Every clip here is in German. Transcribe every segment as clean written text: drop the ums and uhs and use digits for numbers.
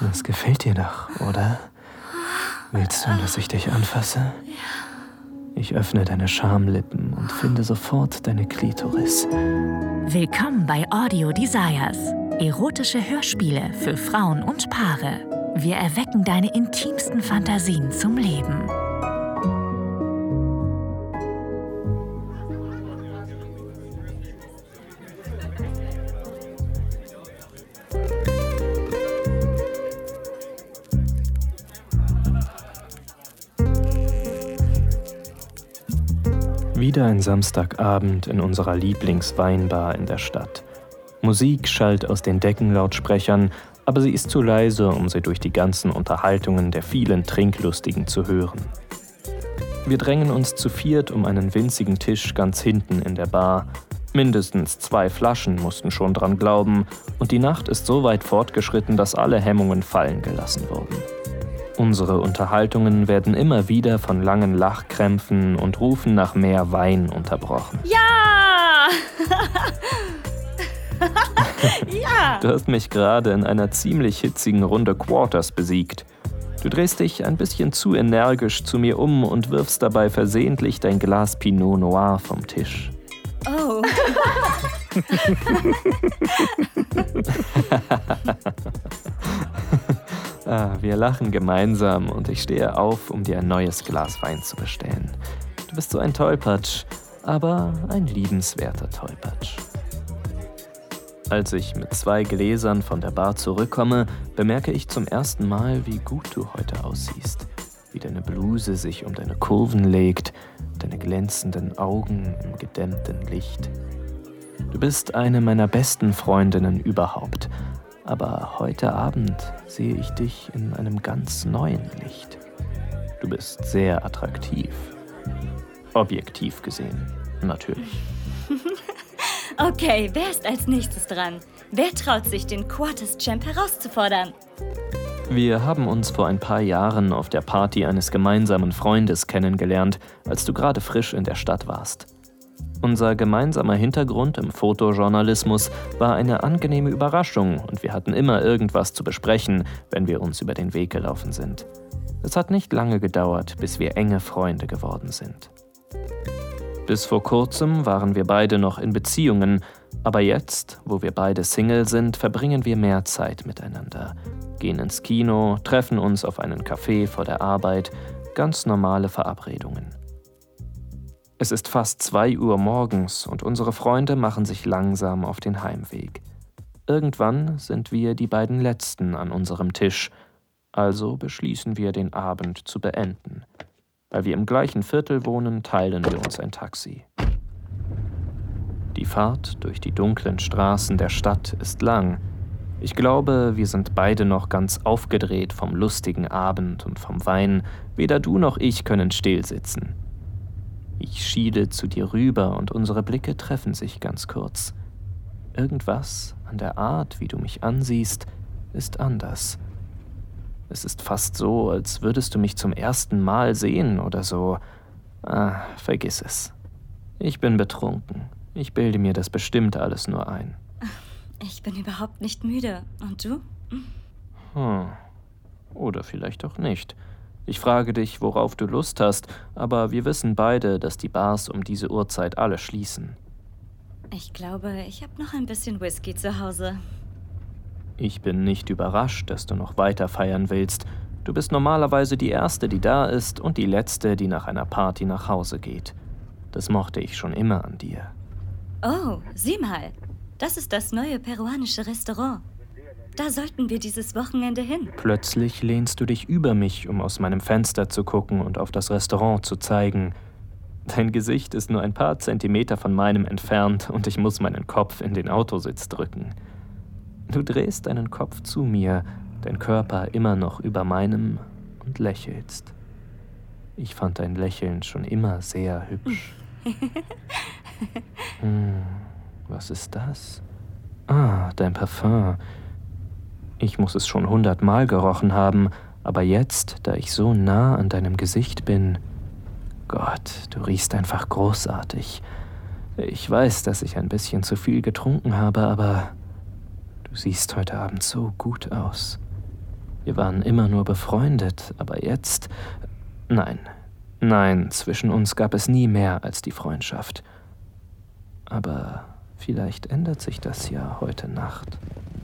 Das gefällt dir doch, oder? Willst du, dass ich dich anfasse? Ich öffne deine Schamlippen und finde sofort deine Klitoris. Willkommen bei Audio Desires. Erotische Hörspiele für Frauen und Paare. Wir erwecken deine intimsten Fantasien zum Leben. Wieder ein Samstagabend in unserer Lieblingsweinbar in der Stadt. Musik schallt aus den Deckenlautsprechern, aber sie ist zu leise, um sie durch die ganzen Unterhaltungen der vielen Trinklustigen zu hören. Wir drängen uns zu viert um einen winzigen Tisch ganz hinten in der Bar. Mindestens 2 Flaschen mussten schon dran glauben und die Nacht ist so weit fortgeschritten, dass alle Hemmungen fallen gelassen wurden. Unsere Unterhaltungen werden immer wieder von langen Lachkrämpfen und Rufen nach mehr Wein unterbrochen. Ja! Ja! Du hast mich gerade in einer ziemlich hitzigen Runde Quarters besiegt. Du drehst dich ein bisschen zu energisch zu mir um und wirfst dabei versehentlich dein Glas Pinot Noir vom Tisch. Oh. Wir lachen gemeinsam und ich stehe auf, um dir ein neues Glas Wein zu bestellen. Du bist so ein Tollpatsch, aber ein liebenswerter Tollpatsch. Als ich mit 2 Gläsern von der Bar zurückkomme, bemerke ich zum ersten Mal, wie gut du heute aussiehst. Wie deine Bluse sich um deine Kurven legt, deine glänzenden Augen im gedämmten Licht. Du bist eine meiner besten Freundinnen überhaupt. Aber heute Abend sehe ich dich in einem ganz neuen Licht. Du bist sehr attraktiv. Objektiv gesehen, natürlich. Okay, wer ist als nächstes dran? Wer traut sich, den Quarters-Champ herauszufordern? Wir haben uns vor ein paar Jahren auf der Party eines gemeinsamen Freundes kennengelernt, als du gerade frisch in der Stadt warst. Unser gemeinsamer Hintergrund im Fotojournalismus war eine angenehme Überraschung und wir hatten immer irgendwas zu besprechen, wenn wir uns über den Weg gelaufen sind. Es hat nicht lange gedauert, bis wir enge Freunde geworden sind. Bis vor kurzem waren wir beide noch in Beziehungen, aber jetzt, wo wir beide Single sind, verbringen wir mehr Zeit miteinander, gehen ins Kino, treffen uns auf einen Café vor der Arbeit, ganz normale Verabredungen. Es ist fast 2 Uhr morgens und unsere Freunde machen sich langsam auf den Heimweg. Irgendwann sind wir die beiden Letzten an unserem Tisch, also beschließen wir, den Abend zu beenden. Weil wir im gleichen Viertel wohnen, teilen wir uns ein Taxi. Die Fahrt durch die dunklen Straßen der Stadt ist lang. Ich glaube, wir sind beide noch ganz aufgedreht vom lustigen Abend und vom Wein. Weder du noch ich können still sitzen. Ich schiele zu dir rüber und unsere Blicke treffen sich ganz kurz. Irgendwas an der Art, wie du mich ansiehst, ist anders. Es ist fast so, als würdest du mich zum ersten Mal sehen oder so. Vergiss es. Ich bin betrunken. Ich bilde mir das bestimmt alles nur ein. Ich bin überhaupt nicht müde. Und du? Oder vielleicht auch nicht. Ich frage dich, worauf du Lust hast, aber wir wissen beide, dass die Bars um diese Uhrzeit alle schließen. Ich glaube, ich habe noch ein bisschen Whisky zu Hause. Ich bin nicht überrascht, dass du noch weiter feiern willst. Du bist normalerweise die Erste, die da ist und die Letzte, die nach einer Party nach Hause geht. Das mochte ich schon immer an dir. Oh, sieh mal. Das ist das neue peruanische Restaurant. Da sollten wir dieses Wochenende hin. Plötzlich lehnst du dich über mich, um aus meinem Fenster zu gucken und auf das Restaurant zu zeigen. Dein Gesicht ist nur ein paar Zentimeter von meinem entfernt und ich muss meinen Kopf in den Autositz drücken. Du drehst deinen Kopf zu mir, dein Körper immer noch über meinem und lächelst. Ich fand dein Lächeln schon immer sehr hübsch. Was ist das? Dein Parfum. Ich muss es schon 100-mal gerochen haben, aber jetzt, da ich so nah an deinem Gesicht bin... Gott, du riechst einfach großartig. Ich weiß, dass ich ein bisschen zu viel getrunken habe, aber du siehst heute Abend so gut aus. Wir waren immer nur befreundet, aber jetzt... Nein, zwischen uns gab es nie mehr als die Freundschaft. Aber vielleicht ändert sich das ja heute Nacht.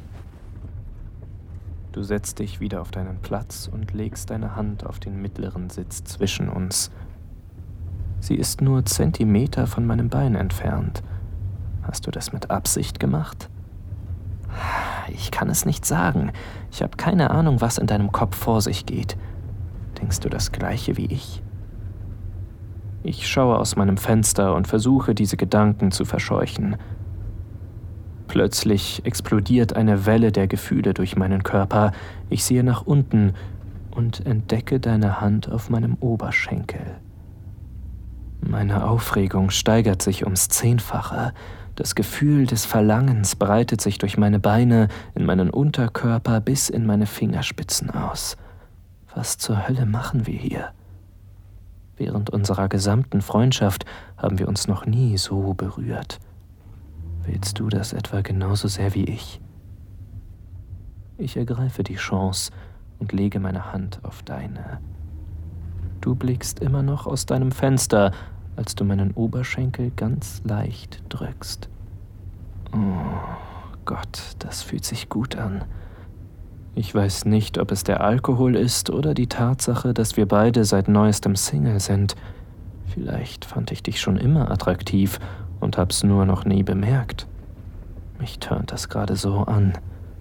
Du setzt dich wieder auf deinen Platz und legst deine Hand auf den mittleren Sitz zwischen uns. Sie ist nur Zentimeter von meinem Bein entfernt. Hast du das mit Absicht gemacht? Ich kann es nicht sagen. Ich habe keine Ahnung, was in deinem Kopf vor sich geht. Denkst du das Gleiche wie ich? Ich schaue aus meinem Fenster und versuche, diese Gedanken zu verscheuchen. Plötzlich explodiert eine Welle der Gefühle durch meinen Körper. Ich sehe nach unten und entdecke deine Hand auf meinem Oberschenkel. Meine Aufregung steigert sich ums 10-fache. Das Gefühl des Verlangens breitet sich durch meine Beine, in meinen Unterkörper bis in meine Fingerspitzen aus. Was zur Hölle machen wir hier? Während unserer gesamten Freundschaft haben wir uns noch nie so berührt. Willst du das etwa genauso sehr wie ich? Ich ergreife die Chance und lege meine Hand auf deine. Du blickst immer noch aus deinem Fenster, als du meinen Oberschenkel ganz leicht drückst. Oh Gott, das fühlt sich gut an. Ich weiß nicht, ob es der Alkohol ist oder die Tatsache, dass wir beide seit neuestem Single sind. Vielleicht fand ich dich schon immer attraktiv und hab's nur noch nie bemerkt. Mich turnt das gerade so an.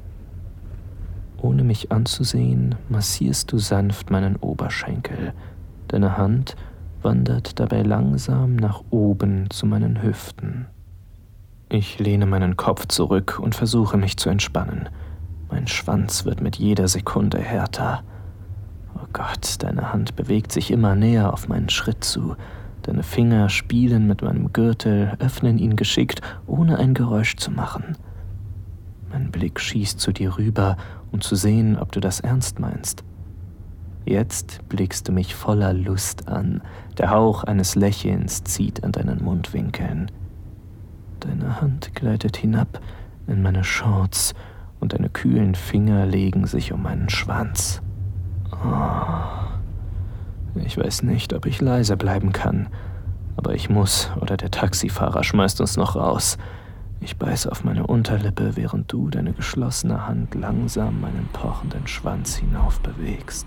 Ohne mich anzusehen, massierst du sanft meinen Oberschenkel. Deine Hand wandert dabei langsam nach oben zu meinen Hüften. Ich lehne meinen Kopf zurück und versuche mich zu entspannen. Mein Schwanz wird mit jeder Sekunde härter. Oh Gott, deine Hand bewegt sich immer näher auf meinen Schritt zu. Deine Finger spielen mit meinem Gürtel, öffnen ihn geschickt, ohne ein Geräusch zu machen. Mein Blick schießt zu dir rüber, um zu sehen, ob du das ernst meinst. Jetzt blickst du mich voller Lust an. Der Hauch eines Lächelns zieht an deinen Mundwinkeln. Deine Hand gleitet hinab in meine Shorts und deine kühlen Finger legen sich um meinen Schwanz. Oh. Ich weiß nicht, ob ich leise bleiben kann, aber ich muss, oder der Taxifahrer schmeißt uns noch raus. Ich beiße auf meine Unterlippe, während du deine geschlossene Hand langsam meinen pochenden Schwanz hinauf bewegst.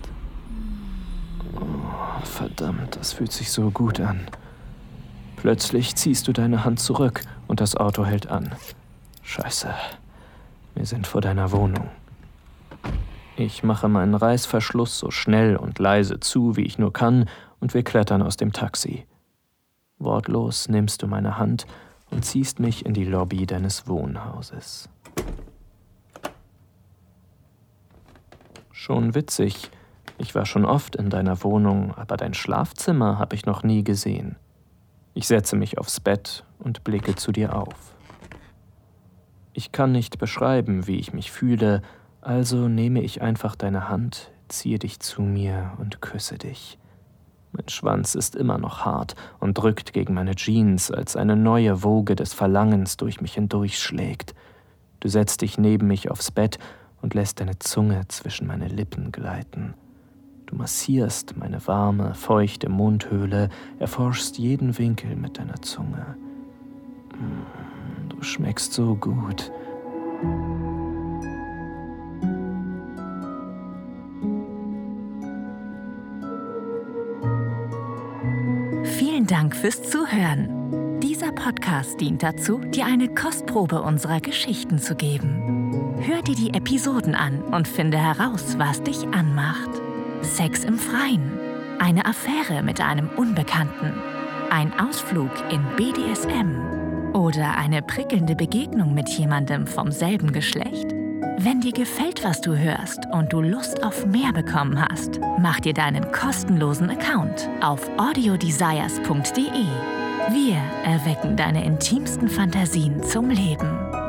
Oh, verdammt, das fühlt sich so gut an. Plötzlich ziehst du deine Hand zurück und das Auto hält an. Scheiße, wir sind vor deiner Wohnung. Ich mache meinen Reißverschluss so schnell und leise zu, wie ich nur kann, und wir klettern aus dem Taxi. Wortlos nimmst du meine Hand und ziehst mich in die Lobby deines Wohnhauses. Schon witzig. Ich war schon oft in deiner Wohnung, aber dein Schlafzimmer habe ich noch nie gesehen. Ich setze mich aufs Bett und blicke zu dir auf. Ich kann nicht beschreiben, wie ich mich fühle, also nehme ich einfach deine Hand, ziehe dich zu mir und küsse dich. Mein Schwanz ist immer noch hart und drückt gegen meine Jeans, als eine neue Woge des Verlangens durch mich hindurchschlägt. Du setzt dich neben mich aufs Bett und lässt deine Zunge zwischen meine Lippen gleiten. Du massierst meine warme, feuchte Mundhöhle, erforschst jeden Winkel mit deiner Zunge. Du schmeckst so gut. Vielen Dank fürs Zuhören. Dieser Podcast dient dazu, dir eine Kostprobe unserer Geschichten zu geben. Hör dir die Episoden an und finde heraus, was dich anmacht. Sex im Freien, eine Affäre mit einem Unbekannten, ein Ausflug in BDSM oder eine prickelnde Begegnung mit jemandem vom selben Geschlecht. Wenn dir gefällt, was du hörst und du Lust auf mehr bekommen hast, mach dir deinen kostenlosen Account auf audiodesires.de. Wir erwecken deine intimsten Fantasien zum Leben.